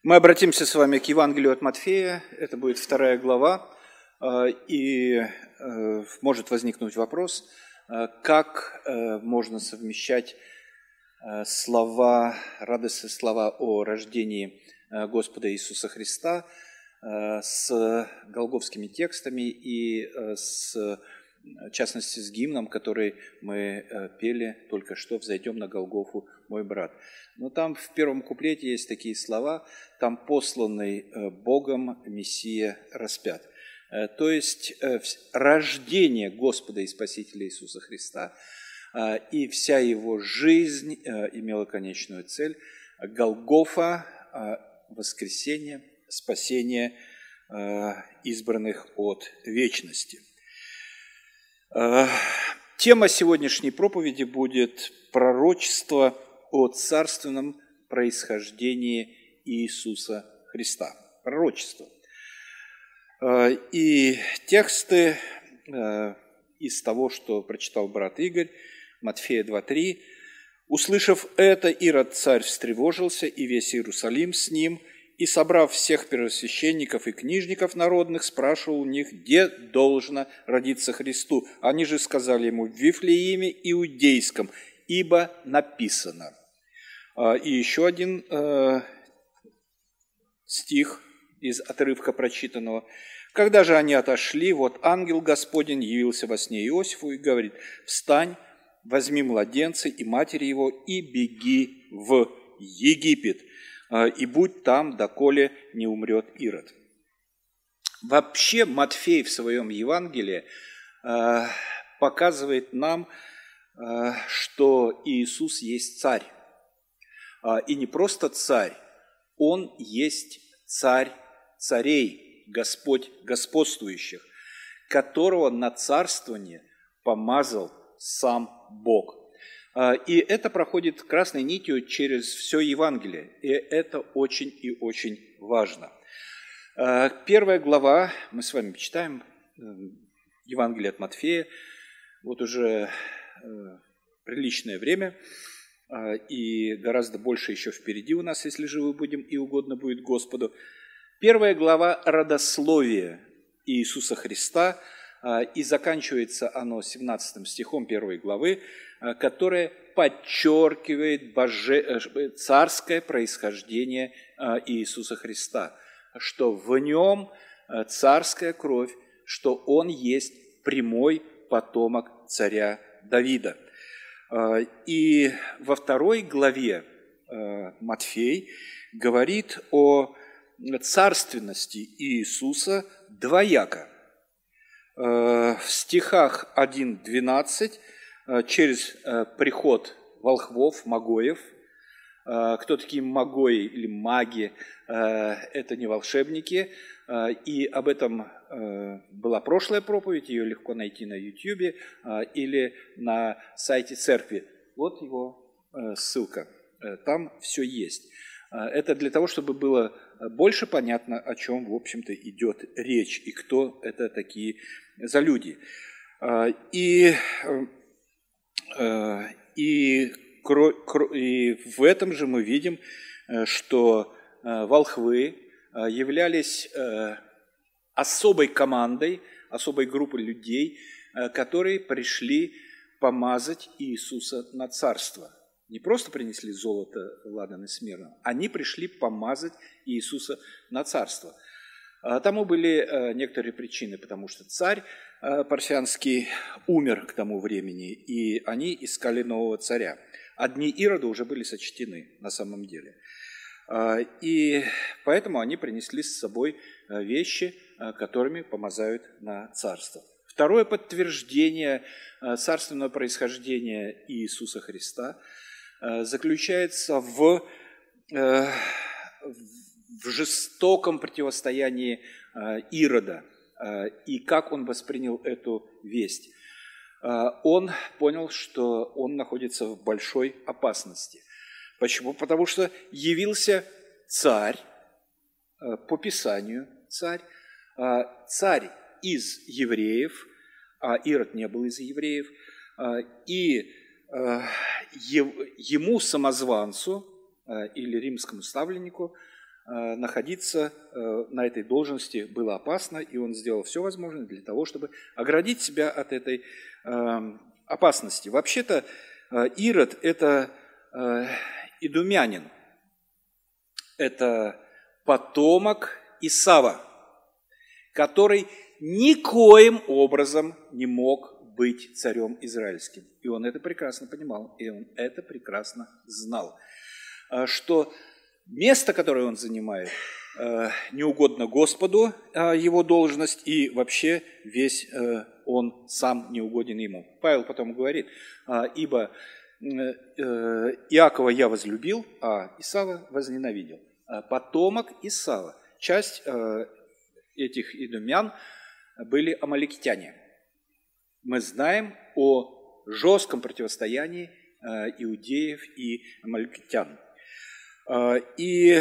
Мы обратимся с вами к Евангелию от Матфея, это будет 2 глава, и может возникнуть вопрос, как можно совмещать слова, радостные слова о рождении Господа Иисуса Христа с голгофскими текстами и в частности с гимном, который мы пели только что «Взойдем на Голгофу, мой брат». Но там в первом куплете есть такие слова: «Там посланный Богом Мессия распят». То есть рождение Господа и Спасителя Иисуса Христа и вся его жизнь имела конечную цель – Голгофа, воскресение, спасение избранных от вечности. Тема сегодняшней проповеди будет пророчество о царственном происхождении Иисуса Христа. Пророчество. И тексты из того, что прочитал брат Игорь, Матфея 2:3. «Услышав это, Ирод царь встревожился, и весь Иерусалим с ним, и, собрав всех первосвященников и книжников народных, спрашивал у них, где должно родиться Христу. Они же сказали ему: в Вифлееме Иудейском, ибо написано». И еще один стих из отрывка прочитанного. «Когда же они отошли, вот ангел Господень явился во сне Иосифу и говорит: встань, возьми младенца и матери его, и беги в Египет, и будь там, доколе не умрет Ирод». Вообще Матфей в своем Евангелии показывает нам, что Иисус есть царь. И не просто царь, Он есть царь царей, Господь господствующих, которого на царствование помазал сам Бог. И это проходит красной нитью через все Евангелие, и это очень и очень важно. 1 глава, мы с вами читаем Евангелие от Матфея, вот уже приличное время, и гораздо больше еще впереди у нас, если живы будем и угодно будет Господу. 1 глава родословия Иисуса Христа, и заканчивается оно 17 стихом 1 главы, которое подчеркивает царское происхождение Иисуса Христа, что в нем царская кровь, что он есть прямой потомок царя Давида. И во 2 главе Матфей говорит о царственности Иисуса двояко. В стихах 1-12 через приход волхвов, магоев. Кто такие магои или маги? Это не волшебники. И об этом была прошлая проповедь, ее легко найти на YouTube или на сайте церкви. Вот его ссылка, там все есть. Это для того, чтобы было больше понятно, о чем, в общем-то, идет речь и кто это такие за люди. И в этом же мы видим, что волхвы являлись особой командой, особой группой людей, которые пришли помазать Иисуса на царство. Не просто принесли золото, ладан и смирно, они пришли помазать Иисуса на царство. Тому были некоторые причины, потому что царь парфянский умер к тому времени, и они искали нового царя. Одни Ироды уже были сочтены на самом деле. И поэтому они принесли с собой вещи, которыми помазают на царство. Второе подтверждение царственного происхождения Иисуса Христа заключается в жестоком противостоянии Ирода и как он воспринял эту весть. Он понял, что он находится в большой опасности. Почему? Потому что явился царь, по Писанию царь, царь из евреев, а Ирод не был из евреев, и ему, самозванцу или римскому ставленнику, находиться на этой должности было опасно, и он сделал все возможное для того, чтобы оградить себя от этой опасности. Вообще-то Ирод – это идумянин, это потомок Исава, который никоим образом не мог быть царем израильским. И он это прекрасно понимал, и он это прекрасно знал, что место, которое он занимает, не угодно Господу, его должность, и вообще весь он сам не угоден ему. Павел потом говорит: «Ибо Иакова я возлюбил, а Исава возненавидел». Потомок Исава. Часть этих идумян были амаликитяне. Мы знаем о жестком противостоянии иудеев и амаликитян. И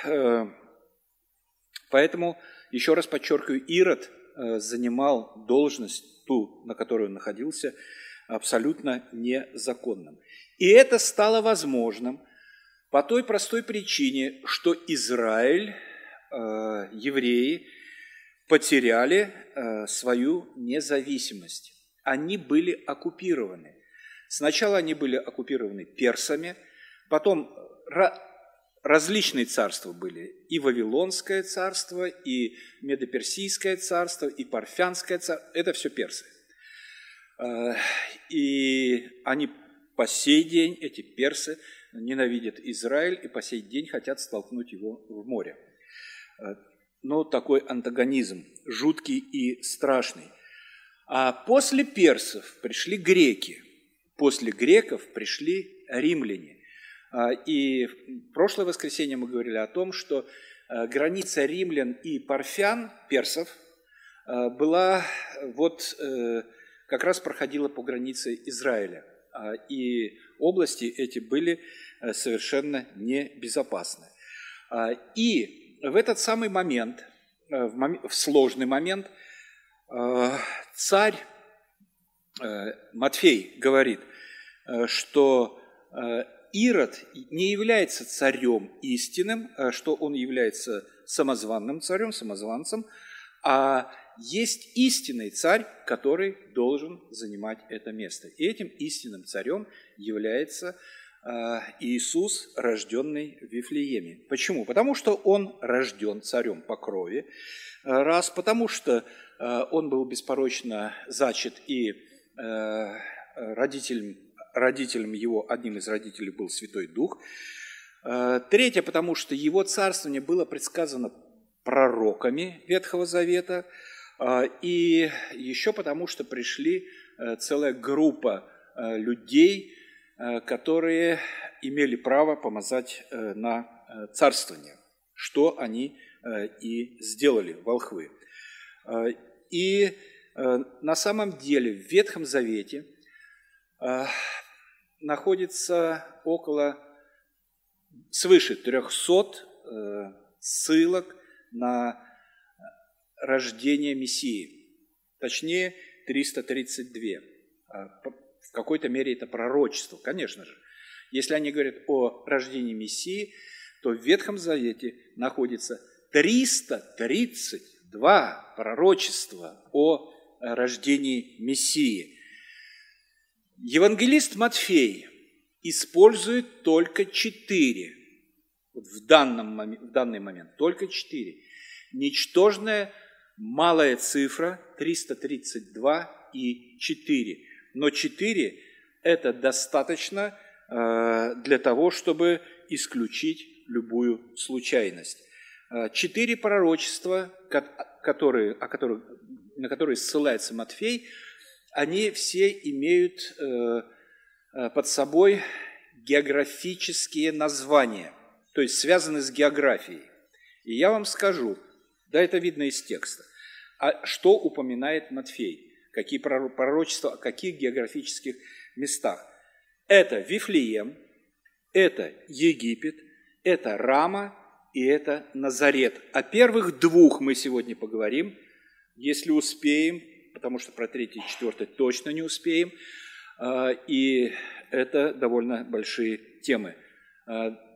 поэтому, еще раз подчеркиваю, Ирод занимал должность, ту, на которой он находился, абсолютно незаконным. И это стало возможным по той простой причине, что Израиль, евреи, потеряли свою независимость. Они были оккупированы. Сначала они были оккупированы персами, потом различные царства были. И Вавилонское царство, и Медоперсийское царство, и Парфянское царство. Это все персы. И они по сей день, эти персы, ненавидят Израиль и по сей день хотят столкнуть его в море. Но такой антагонизм, жуткий и страшный. А после персов пришли греки, после греков пришли римляне. И в прошлое воскресенье мы говорили о том, что граница римлян и парфян, персов, была как раз проходила по границе Израиля. И области эти были совершенно небезопасны. И в этот самый момент, в сложный момент, царь Матфей говорит, что Ирод не является царем истинным, что он является самозванным царем, самозванцем, а есть истинный царь, который должен занимать это место. И этим истинным царем является Иисус, рожденный в Вифлееме. Почему? Потому что он рожден царем по крови, раз, потому что он был беспорочно зачат, и родителем его, одним из родителей был Святой Дух. Третье, потому что его царствование было предсказано пророками Ветхого Завета, и еще потому, что пришли целая группа людей, которые имели право помазать на царствование, что они и сделали, волхвы. И на самом деле в Ветхом Завете находится свыше 300 ссылок на рождение Мессии, точнее 332. В какой-то мере это пророчество, конечно же. Если они говорят о рождении Мессии, то в Ветхом Завете находится 332 пророчества о рождении Мессии. Евангелист Матфей использует только 4, в данный момент только 4. Ничтожная малая цифра 332 и 4. Но 4 – это достаточно для того, чтобы исключить любую случайность. 4 пророчества, на которые ссылается Матфей, они все имеют под собой географические названия, то есть связаны с географией. И я вам скажу, да, это видно из текста, что упоминает Матфей, какие пророчества, о каких географических местах. Это Вифлеем, это Египет, это Рама и это Назарет. О первых 2 мы сегодня поговорим, если успеем, потому что про 3 и 4 точно не успеем, и это довольно большие темы.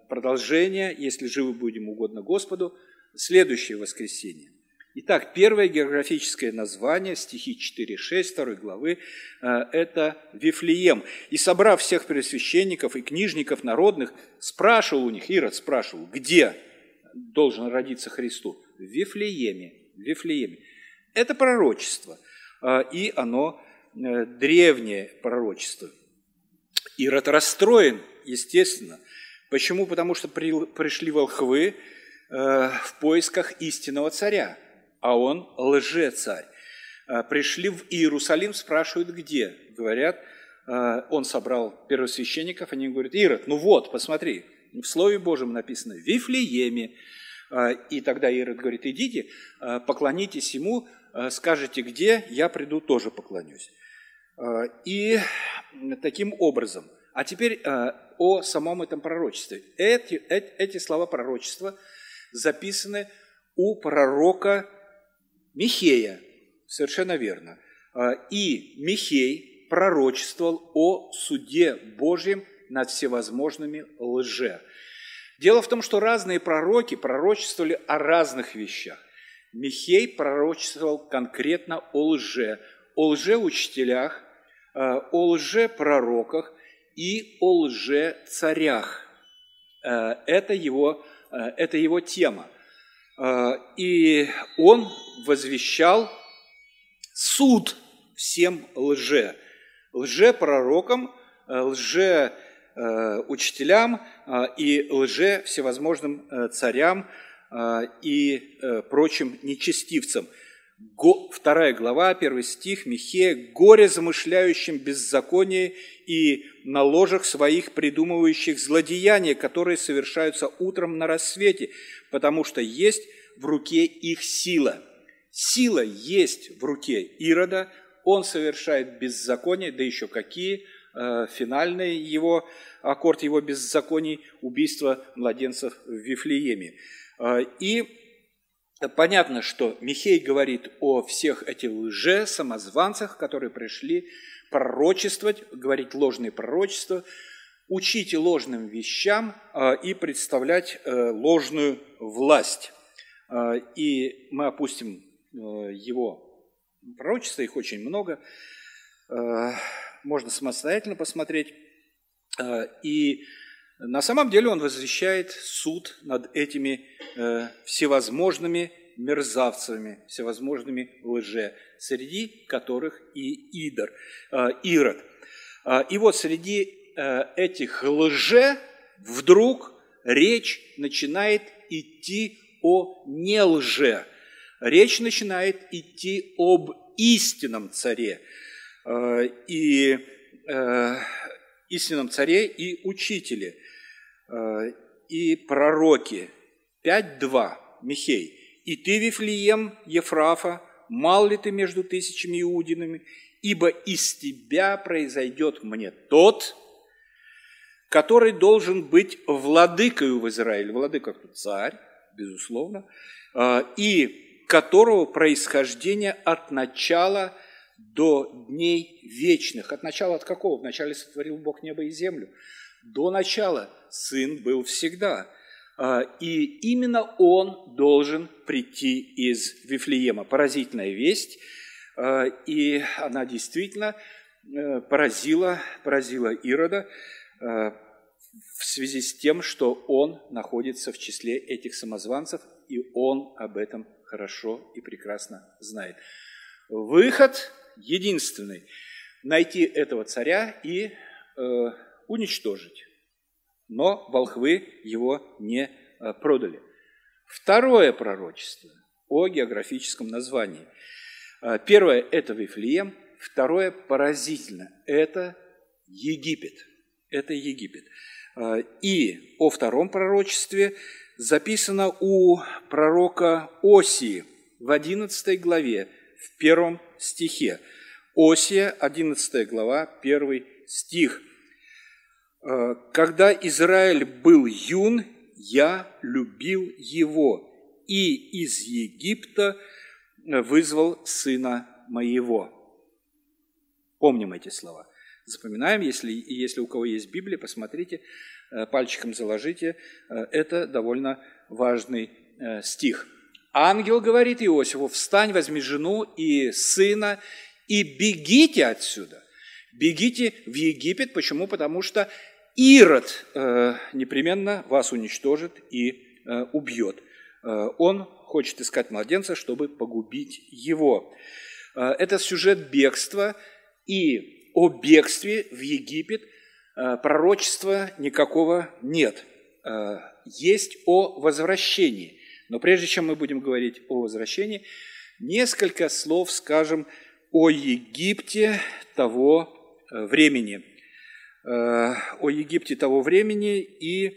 продолжение, если живы будем угодно Господу, следующее воскресенье. Итак, первое географическое название, стихи 4-6 2 главы, это Вифлеем. «И, собрав всех первосвященников и книжников народных, спрашивал у них, Ирод спрашивал, где должен родиться Христу? В Вифлееме. В Вифлееме». Это пророчество, и оно древнее пророчество. Ирод расстроен, естественно. Почему? Потому что пришли волхвы в поисках истинного царя, а он лжецарь. Пришли в Иерусалим, спрашивают, где. Говорят, он собрал первосвященников, они говорят, Ирод, ну вот, посмотри, в Слове Божьем написано «в Вифлееме». И тогда Ирод говорит, идите, поклонитесь ему, скажете, где, я приду, тоже поклонюсь. И таким образом. А теперь о самом этом пророчестве. Эти слова пророчества записаны у пророка Михея. Совершенно верно. И Михей пророчествовал о суде Божьем над всевозможными лже. Дело в том, что разные пророки пророчествовали о разных вещах. Михей пророчествовал конкретно о лжеучителях, о лжепророках и о лжецарях. Это его тема. И он возвещал суд всем лжепророкам, лжеучителям и всевозможным царям и прочим нечестивцам. 2 глава, 1 стих, Михея, «Горе замышляющим беззаконие и на ложах своих придумывающих злодеяния, которые совершаются утром на рассвете, потому что есть в руке их сила». Сила есть в руке Ирода, он совершает беззаконие, да еще какие, финальный его, аккорд его беззаконий, убийство младенцев в Вифлееме. И понятно, что Михей говорит о всех этих лже-самозванцах, которые пришли пророчествовать, говорить ложные пророчества, учить ложным вещам и представлять ложную власть. И мы опустим его пророчества, их очень много, можно самостоятельно посмотреть. И на самом деле он возвещает суд над этими всевозможными мерзавцами, всевозможными лже, среди которых и Ирод. И вот среди этих лже вдруг речь начинает идти о нелже. Речь начинает идти об истинном царе. Истинном царе и учителе, и пророке. 5:2, Михей. «И ты, Вифлеем, Ефрафа, мал ли ты между тысячами иудинами, ибо из тебя произойдет мне тот, который должен быть владыкою в Израиле». Владыка – царь, безусловно, и которого происхождение от начала до дней вечных. От начала от какого? Вначале сотворил Бог небо и землю. До начала Сын был всегда. И именно Он должен прийти из Вифлеема. Поразительная весть. И она действительно поразила Ирода в связи с тем, что он находится в числе этих самозванцев, и он об этом хорошо и прекрасно знает. Выход единственный – найти этого царя и уничтожить. Но волхвы его не продали. Второе пророчество о географическом названии. Первое – это Вифлеем. Второе – поразительно – это Египет. Это Египет. И о втором пророчестве записано у пророка Осии в 11 главе, в 1 стихе. Осия, 11 глава, 1 стих. «Когда Израиль был юн, я любил его, и из Египта вызвал сына моего». Помним эти слова. Запоминаем, если у кого есть Библия, посмотрите. пальчиком заложите, это довольно важный стих. Ангел говорит Иосифу: «Встань, возьми жену и сына, и бегите отсюда». Бегите в Египет. Почему? Потому что Ирод непременно вас уничтожит и убьет. Он хочет искать младенца, чтобы погубить его. Это сюжет бегства, и о бегстве в Египет пророчества никакого нет. Есть о возвращении. Но прежде чем мы будем говорить о возвращении, несколько слов скажем о Египте того времени. О Египте того времени и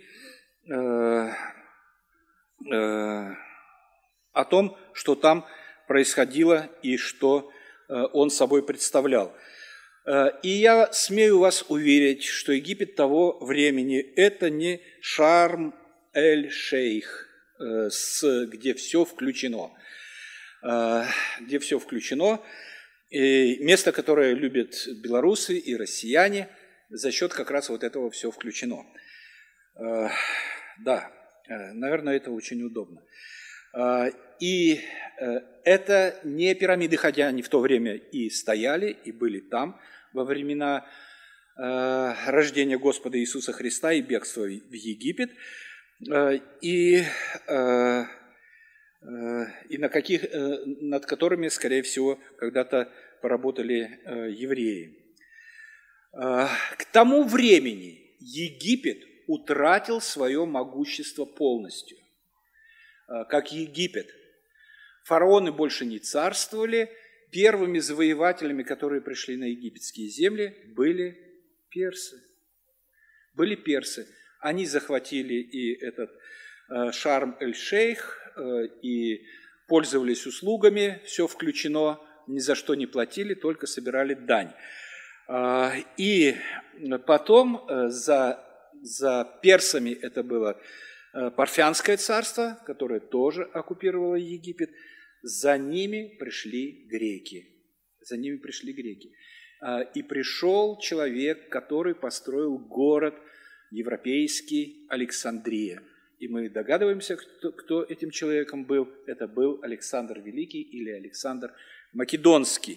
о том, что там происходило и что он собой представлял. И я смею вас уверить, что Египет того времени – это не Шарм-эль-Шейх, где все включено. Где все включено. И место, которое любят белорусы и россияне, за счет как раз вот этого все включено. Да, наверное, это очень удобно. И это не пирамиды, хотя они в то время и стояли, и были там во времена рождения Господа Иисуса Христа и бегства в Египет, и над которыми, скорее всего, когда-то поработали евреи. К тому времени Египет утратил свое могущество полностью. Как Египет. Фараоны больше не царствовали. Первыми завоевателями, которые пришли на египетские земли, были персы. Они захватили и этот Шарм-эль-Шейх, и пользовались услугами, все включено, ни за что не платили, только собирали дань. И потом за персами это было Парфянское царство, которое тоже оккупировало Египет. За ними пришли греки. И пришел человек, который построил город европейский Александрия. И мы догадываемся, кто этим человеком был. Это был Александр Великий или Александр Македонский.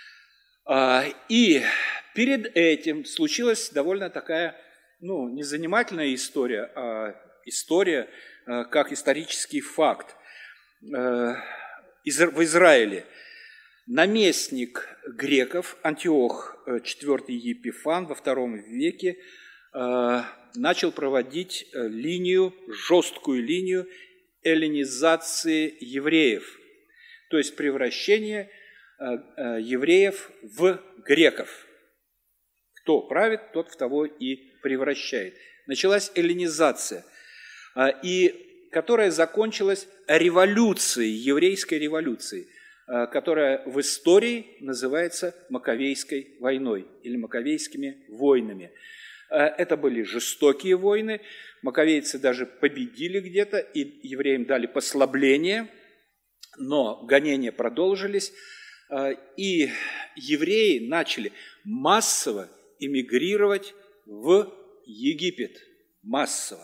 И перед этим случилась довольно такая, не занимательная история, а история как исторический факт. В Израиле наместник греков Антиох IV Епифан во II веке начал проводить жесткую линию эллинизации евреев, то есть превращение евреев в греков. Кто правит, тот в того и превращает. Началась эллинизация, и которая закончилась революцией, еврейской революцией, которая в истории называется Маковейской войной или Маковейскими войнами. Это были жестокие войны, маковейцы даже победили где-то, и евреям дали послабление, но гонения продолжились, и евреи начали массово эмигрировать в Египет. Массово.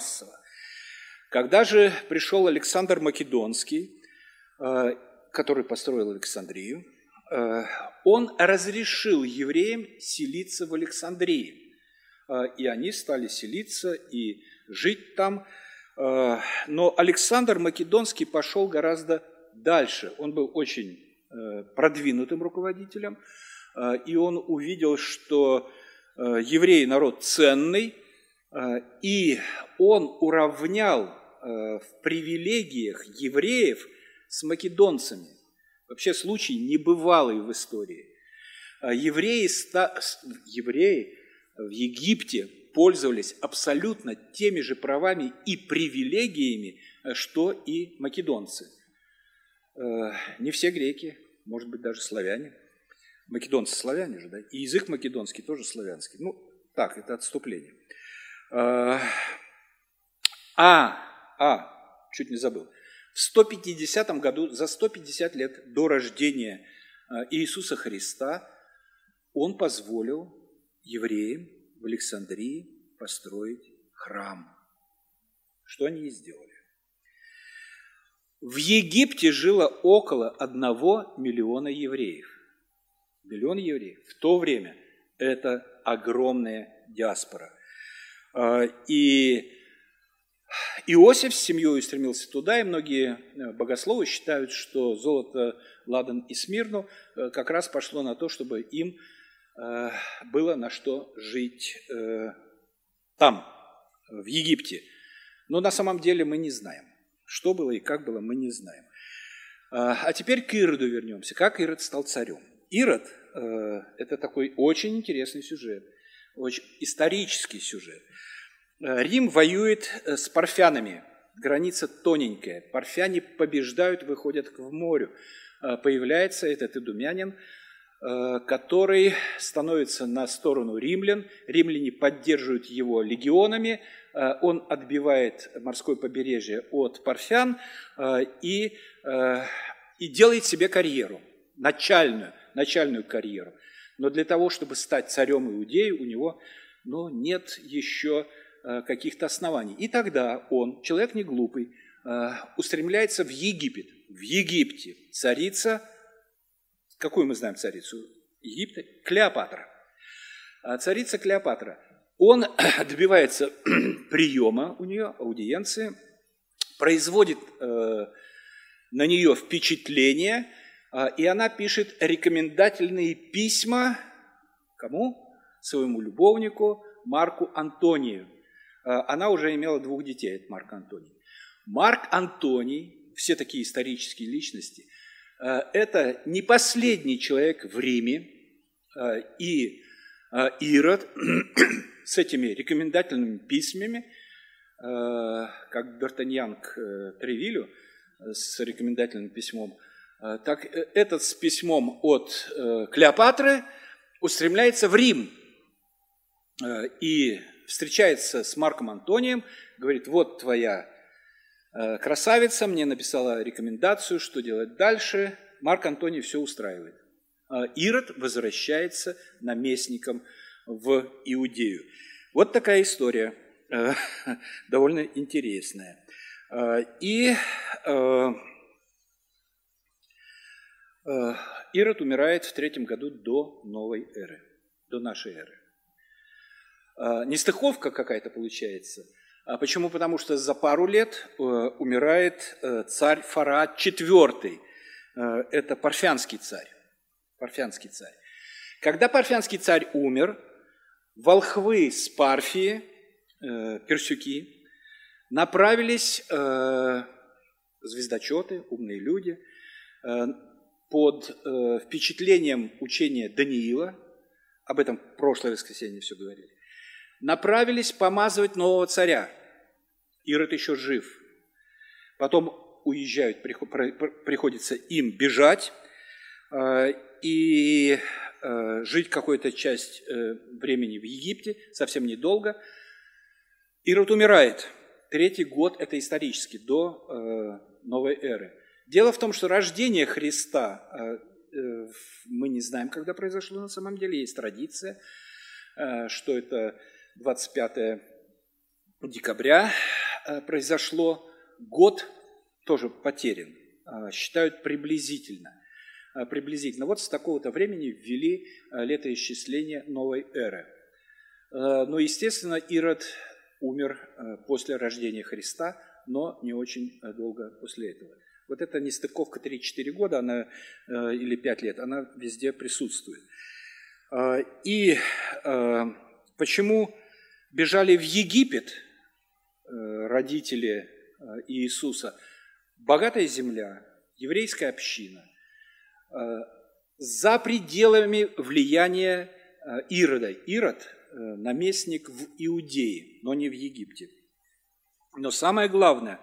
Когда же пришел Александр Македонский, который построил Александрию, он разрешил евреям селиться в Александрии. И они стали селиться и жить там. Но Александр Македонский пошел гораздо дальше. Он был очень продвинутым руководителем, и он увидел, что евреи народ ценный, и он уравнял в привилегиях евреев с македонцами. Вообще случай небывалый в истории. Евреи в Египте пользовались абсолютно теми же правами и привилегиями, что и македонцы. Не все греки, может быть, даже славяне. Македонцы славяне же, да? И язык македонский тоже славянский. Так, это отступление. Чуть не забыл. В 150 году, за 150 лет до рождения Иисуса Христа, он позволил евреям в Александрии построить храм. Что они и сделали. В Египте жило около 1 миллиона евреев. Миллион евреев. В то время это огромная диаспора. И Иосиф с семьей стремился туда, и многие богословы считают, что золото, ладан и смирну как раз пошло на то, чтобы им было на что жить там, в Египте. Но на самом деле мы не знаем. Что было и как было, мы не знаем. А теперь к Ироду вернемся. Как Ирод стал царем? Ирод – это такой очень интересный сюжет, очень исторический сюжет. Рим воюет с парфянами, граница тоненькая. Парфяне побеждают, выходят к морю. Появляется этот идумянин, который становится на сторону римлян. Римляне поддерживают его легионами. Он отбивает морское побережье от парфян и делает себе карьеру, начальную карьеру. Но для того, чтобы стать царем Иудеи, у него нет еще каких-то оснований. И тогда он, человек не глупый, устремляется в Египет. В Египте царица, какую мы знаем царицу Египта? Клеопатра. Царица Клеопатра. Он добивается приема у нее, аудиенции, производит на нее впечатление, и она пишет рекомендательные письма кому? Своему любовнику Марку Антонию. Она уже имела 2 детей, это Марк Антоний. Марк Антоний, все такие исторические личности, это не последний человек в Риме, и Ирод с этими рекомендательными письмами, как Д'Артаньян к Тревилю с рекомендательным письмом, так этот с письмом от Клеопатры устремляется в Рим и встречается с Марком Антонием, говорит: вот твоя красавица, мне написала рекомендацию, что делать дальше. Марк Антоний все устраивает. Ирод возвращается наместником в Иудею. Вот такая история, довольно интересная. И Ирод умирает в 3 году до новой эры, до нашей эры. Нестыковка какая-то получается. Почему? Потому что за пару лет умирает царь Фарад IV. Это парфянский царь. Когда парфянский царь умер, волхвы с Парфии, персюки, направились, звездочеты, умные люди, под впечатлением учения Даниила, об этом в прошлое воскресенье все говорили, направились помазывать нового царя. Ирод еще жив. Потом уезжают, приходится им бежать и жить какую-то часть времени в Египте, совсем недолго. Ирод умирает. 3 год – это исторически, до новой эры. Дело в том, что рождение Христа мы не знаем, когда произошло на самом деле. Есть традиция, что это 25 декабря произошло. Год тоже потерян. Считают приблизительно. Вот с такого-то времени ввели летоисчисление новой эры. Но, естественно, Ирод умер после рождения Христа, но не очень долго после этого. Вот эта нестыковка 3-4 года, она, или 5 лет, она везде присутствует. И почему бежали в Египет родители Иисуса? Богатая земля, еврейская община, за пределами влияния Ирода. Ирод – наместник в Иудее, но не в Египте. Но самое главное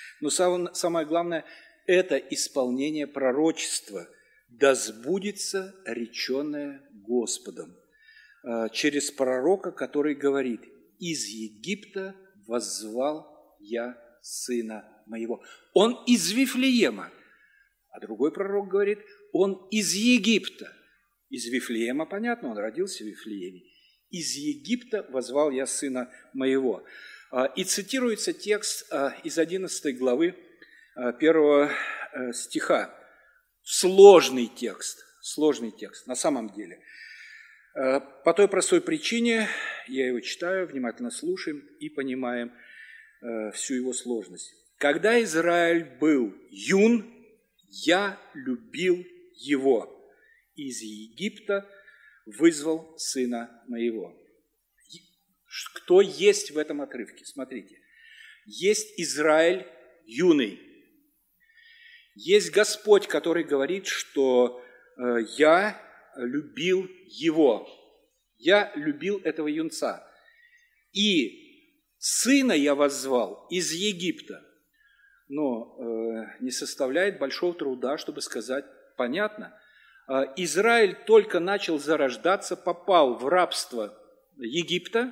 – это исполнение пророчества. «Да сбудется реченное Господом» через пророка, который говорит: «Из Египта воззвал я сына моего». Он из Вифлеема. А другой пророк говорит: он из Египта. Из Вифлеема, понятно, он родился в Вифлееме. «Из Египта воззвал я сына моего». И цитируется текст из 11 главы 1 стиха. Сложный текст на самом деле. По той простой причине, я его читаю, внимательно слушаем и понимаем всю его сложность. «Когда Израиль был юн, я любил его, из Египта вызвал сына моего». Кто есть в этом отрывке? Смотрите. Есть Израиль юный. Есть Господь, который говорит, что я любил его. Я любил этого юнца. И сына я воззвал из Египта. Но не составляет большого труда, чтобы сказать понятно. Израиль только начал зарождаться, попал в рабство Египта,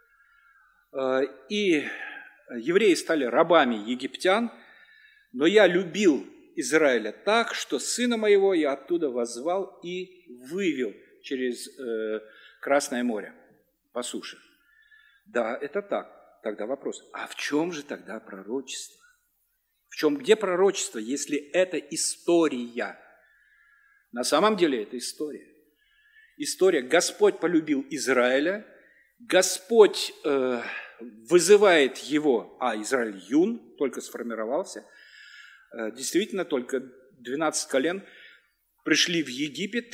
и евреи стали рабами египтян, но я любил Израиля так, что сына моего я оттуда воззвал и вывел через Красное море по суше. Да, это так. Тогда вопрос, а в чем же тогда пророчество? Где пророчество, если это история? На самом деле это история. История. Господь полюбил Израиля, Господь вызывает его, Израиль юн, только сформировался, действительно, только 12 колен пришли в Египет,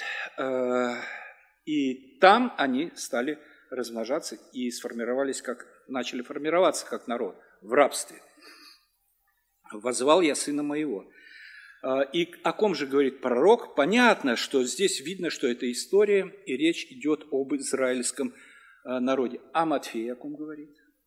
и там они стали размножаться и начали формироваться как народ в рабстве. «Воззвал я сына моего». И о ком же говорит пророк? Понятно, что здесь видно, что это история, и речь идет об израильском народе. А Матфей о ком говорит?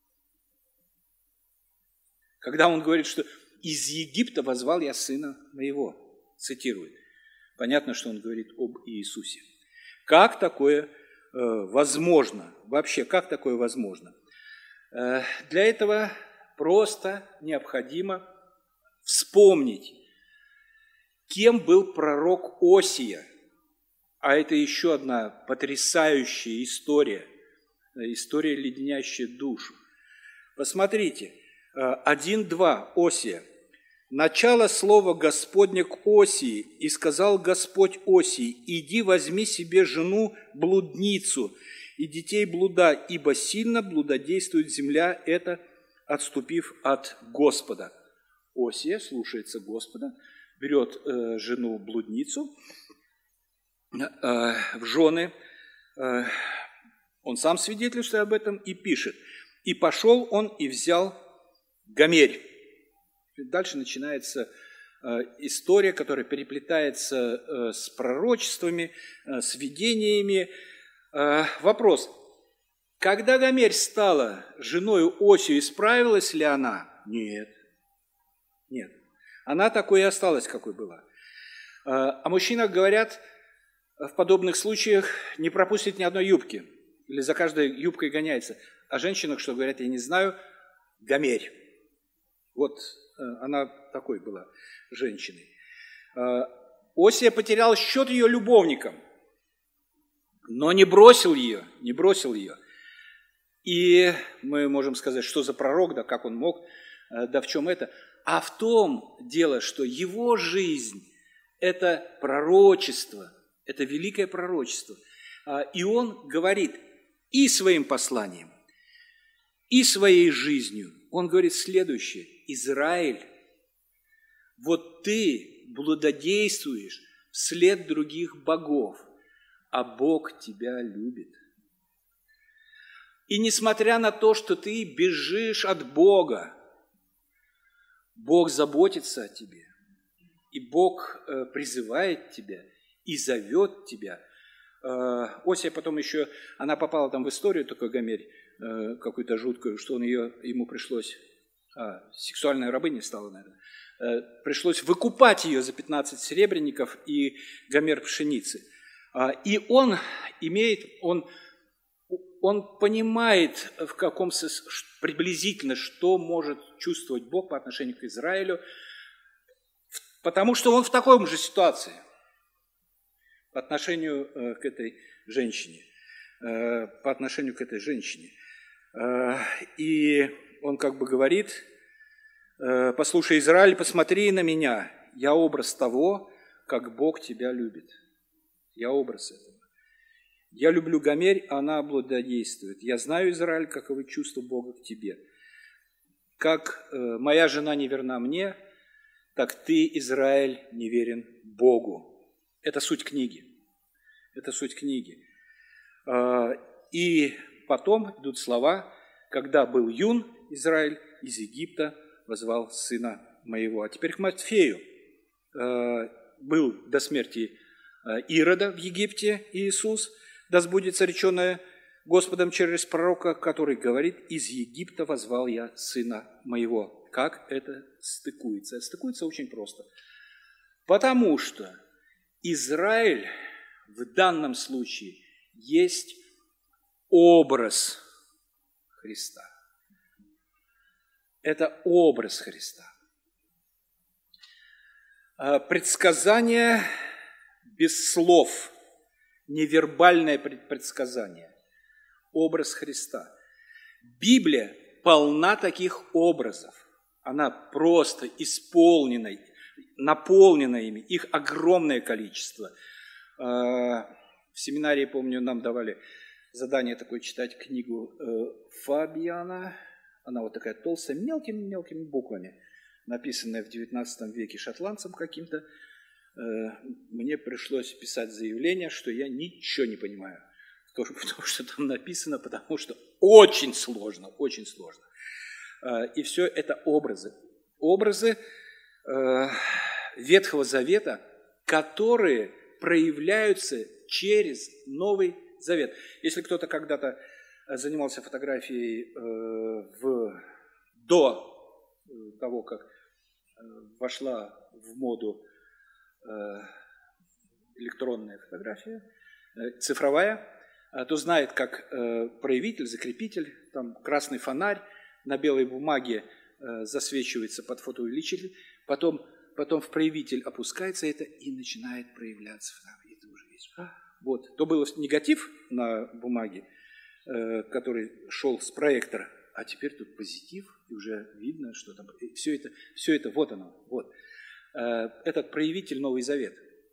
Когда он говорит, что «из Египта воззвал я сына моего», цитирует. Понятно, что он говорит об Иисусе. Как такое возможно? Вообще, как такое возможно? Для этого просто необходимо вспомнить, кем был пророк Осия. А это еще одна потрясающая история, леденящая душу. Посмотрите, 1:2 Осия. «Начало слова Господня к Осии, и сказал Господь Осии: иди, возьми себе жену блудницу и детей блуда, ибо сильно блудодействует земля эта, отступив от Господа». Осия слушается Господа, берет жену блудницу в жены. Он сам свидетельствует об этом и пишет: «И пошел он и взял Гомерь». Дальше начинается история, которая переплетается с пророчествами, с видениями. Вопрос: когда Гомерь стала женой Осию, исправилась ли она? Нет. Она такой и осталась, какой была. О мужчинах говорят в подобных случаях: не пропустит ни одной юбки, или за каждой юбкой гоняется. О женщинах, что говорят, я не знаю, Гомерь. Вот она такой была женщиной. Осия потерял счет ее любовникам, но не бросил ее. И мы можем сказать, что за пророк, да как он мог, да в чем это. А в том дело, что его жизнь – это пророчество, это великое пророчество. И он говорит и своим посланием, и своей жизнью. Он говорит следующее: Израиль, вот ты блудодействуешь вслед других богов, а Бог тебя любит. И несмотря на то, что ты бежишь от Бога, Бог заботится о тебе, и Бог призывает тебя и зовет тебя. Осия потом еще, она попала там в историю, такой Гомерь, какую-то жуткую, что ему пришлось, сексуальной рабыней стала, наверное, пришлось выкупать ее за 15 серебряников и гомер пшеницы. И он понимает приблизительно, что может чувствовать Бог по отношению к Израилю, потому что он в такой же ситуации по отношению к этой женщине. И он как бы говорит: послушай, Израиль, посмотри на меня, я образ того, как Бог тебя любит. Я образ этого. Я люблю Гомерь, она блудодействует. Я знаю, Израиль, каковы чувства Бога к тебе. Как моя жена не верна мне, так ты, Израиль, не верен Богу. Это суть книги. Это суть книги. И потом идут слова: когда был юн Израиль, из Египта возвал сына моего. А теперь к Матфею. Был до смерти Ирода в Египте Иисус, да сбудется реченое Господом через пророка, который говорит: из Египта возвал я сына моего. Как это стыкуется? Стыкуется очень просто. Потому что Израиль в данном случае есть образ Христа. Это образ Христа. Предсказание без слов, невербальное предсказание, образ Христа. Библия полна таких образов. Она просто исполнена, наполнена ими, их огромное количество. В семинарии, помню, нам давали задание такое читать книгу Фабиана. Она вот такая толстая, мелкими-мелкими буквами, написанная в XIX веке шотландцем каким-то. Мне пришлось писать заявление, что я ничего не понимаю в том, что там написано, потому что очень сложно, очень сложно. И все это образы. Образы Ветхого Завета, которые проявляются через Новый Завет. Если кто-то когда-то занимался фотографией до того, как вошла в моду электронная фотография, цифровая, то знает, как проявитель, закрепитель, там красный фонарь на белой бумаге засвечивается под фотоувеличитель, потом в проявитель опускается это и начинает проявляться фотография. Это уже есть. Вот. То был негатив на бумаге, который шел с проектора, а теперь тут позитив, и уже видно, что там все это вот оно. Вот. Этот проявитель Новый Завет.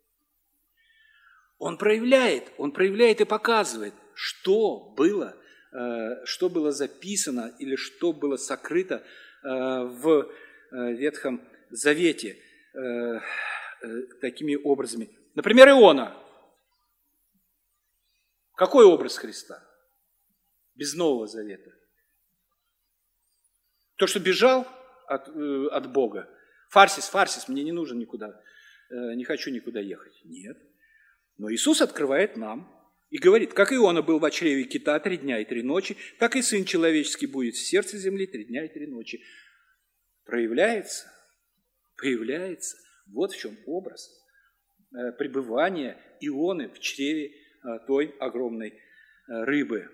Он проявляет и показывает, что было записано или что было сокрыто в Ветхом Завете такими образами. Например, Иона. Какой образ Христа? Без Нового Завета. То, что бежал от Бога. Фарсис, мне не нужен никуда, не хочу никуда ехать. Нет. Но Иисус открывает нам и говорит: как Иона был в чреве кита 3 дня и 3 ночи, так и Сын Человеческий будет в сердце земли 3 дня и 3 ночи. Проявляется. Вот в чем образ пребывания Ионы в чреве той огромной рыбы.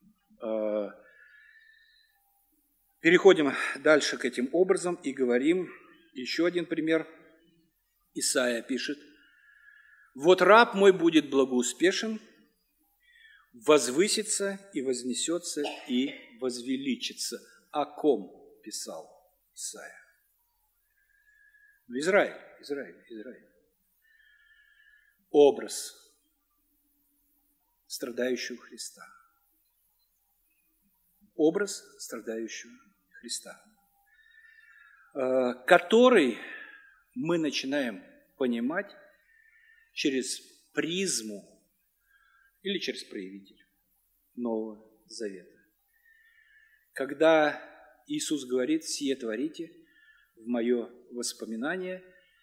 Переходим дальше к этим образам и говорим еще один пример. Исаия пишет: «Вот раб мой будет благоуспешен, возвысится и вознесется и возвеличится». О ком писал Исаия? Израиль. Образ страдающего Христа. Образ страдающего Христа, который мы начинаем понимать через призму или через проявитель Нового Завета. Когда Иисус говорит: «Сие творите в мое воспоминание»,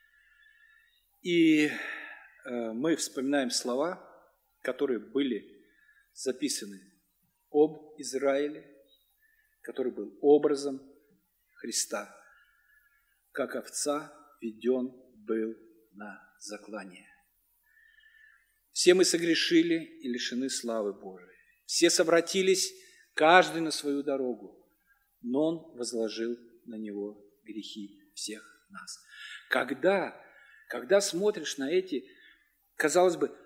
и мы вспоминаем слова, которые были записаны об Израиле, который был образом Христа, как овца веден был на заклание. Все мы согрешили и лишены славы Божией. Все совратились, каждый на свою дорогу, но Он возложил на Него грехи всех нас. Когда смотришь на эти, казалось бы,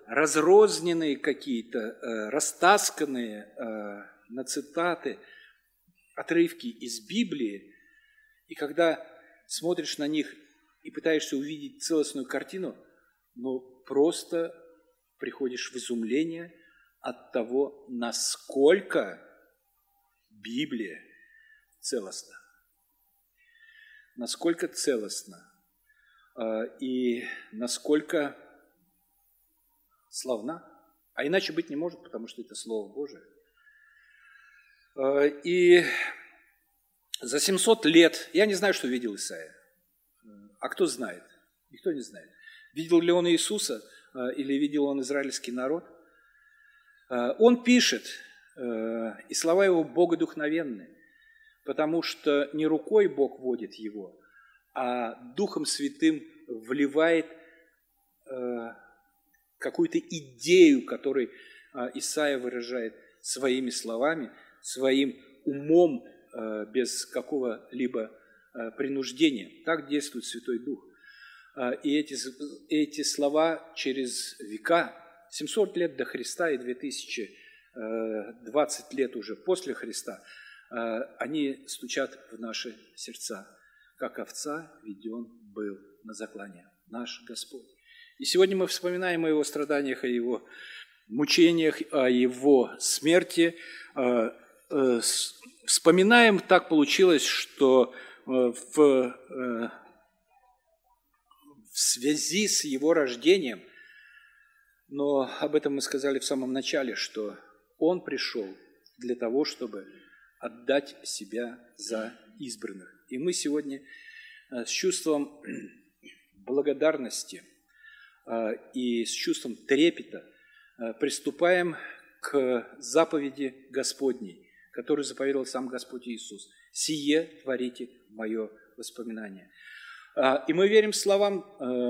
разрозненные какие-то, растасканные на цитаты отрывки из Библии, и когда смотришь на них и пытаешься увидеть целостную картину, но просто приходишь в изумление от того, насколько Библия целостна. Насколько целостна и насколько славна. А иначе быть не может, потому что это Слово Божие. И за 700 лет, я не знаю, что видел Исаия. А кто знает? Никто не знает. Видел ли он Иисуса или видел он израильский народ? Он пишет, и слова его богодухновенны, потому что не рукой Бог водит его, а Духом Святым вливает какую-то идею, которую Исаия выражает своими словами, своим умом, без какого-либо принуждения. Так действует Святой Дух. И эти слова через века, 700 лет до Христа и 2020 лет уже после Христа, они стучат в наши сердца. Как овца веден был на заклание наш Господь. И сегодня мы вспоминаем о Его страданиях, о Его мучениях, о Его смерти. Вспоминаем, так получилось, что в связи с Его рождением, но об этом мы сказали в самом начале, что Он пришел для того, чтобы отдать себя за избранных. И мы сегодня с чувством благодарности и с чувством трепета приступаем к заповеди Господней, которую заповедовал сам Господь Иисус. «Сие творите в мое воспоминание». И мы верим словам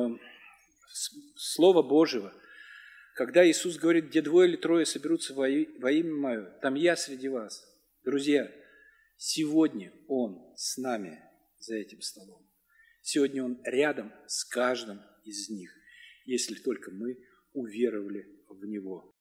Слова Божьего, когда Иисус говорит: «Где двое или трое соберутся во имя Мое, там я среди вас». Друзья, сегодня Он с нами за этим столом. Сегодня Он рядом с каждым из них, если только мы уверовали в Него.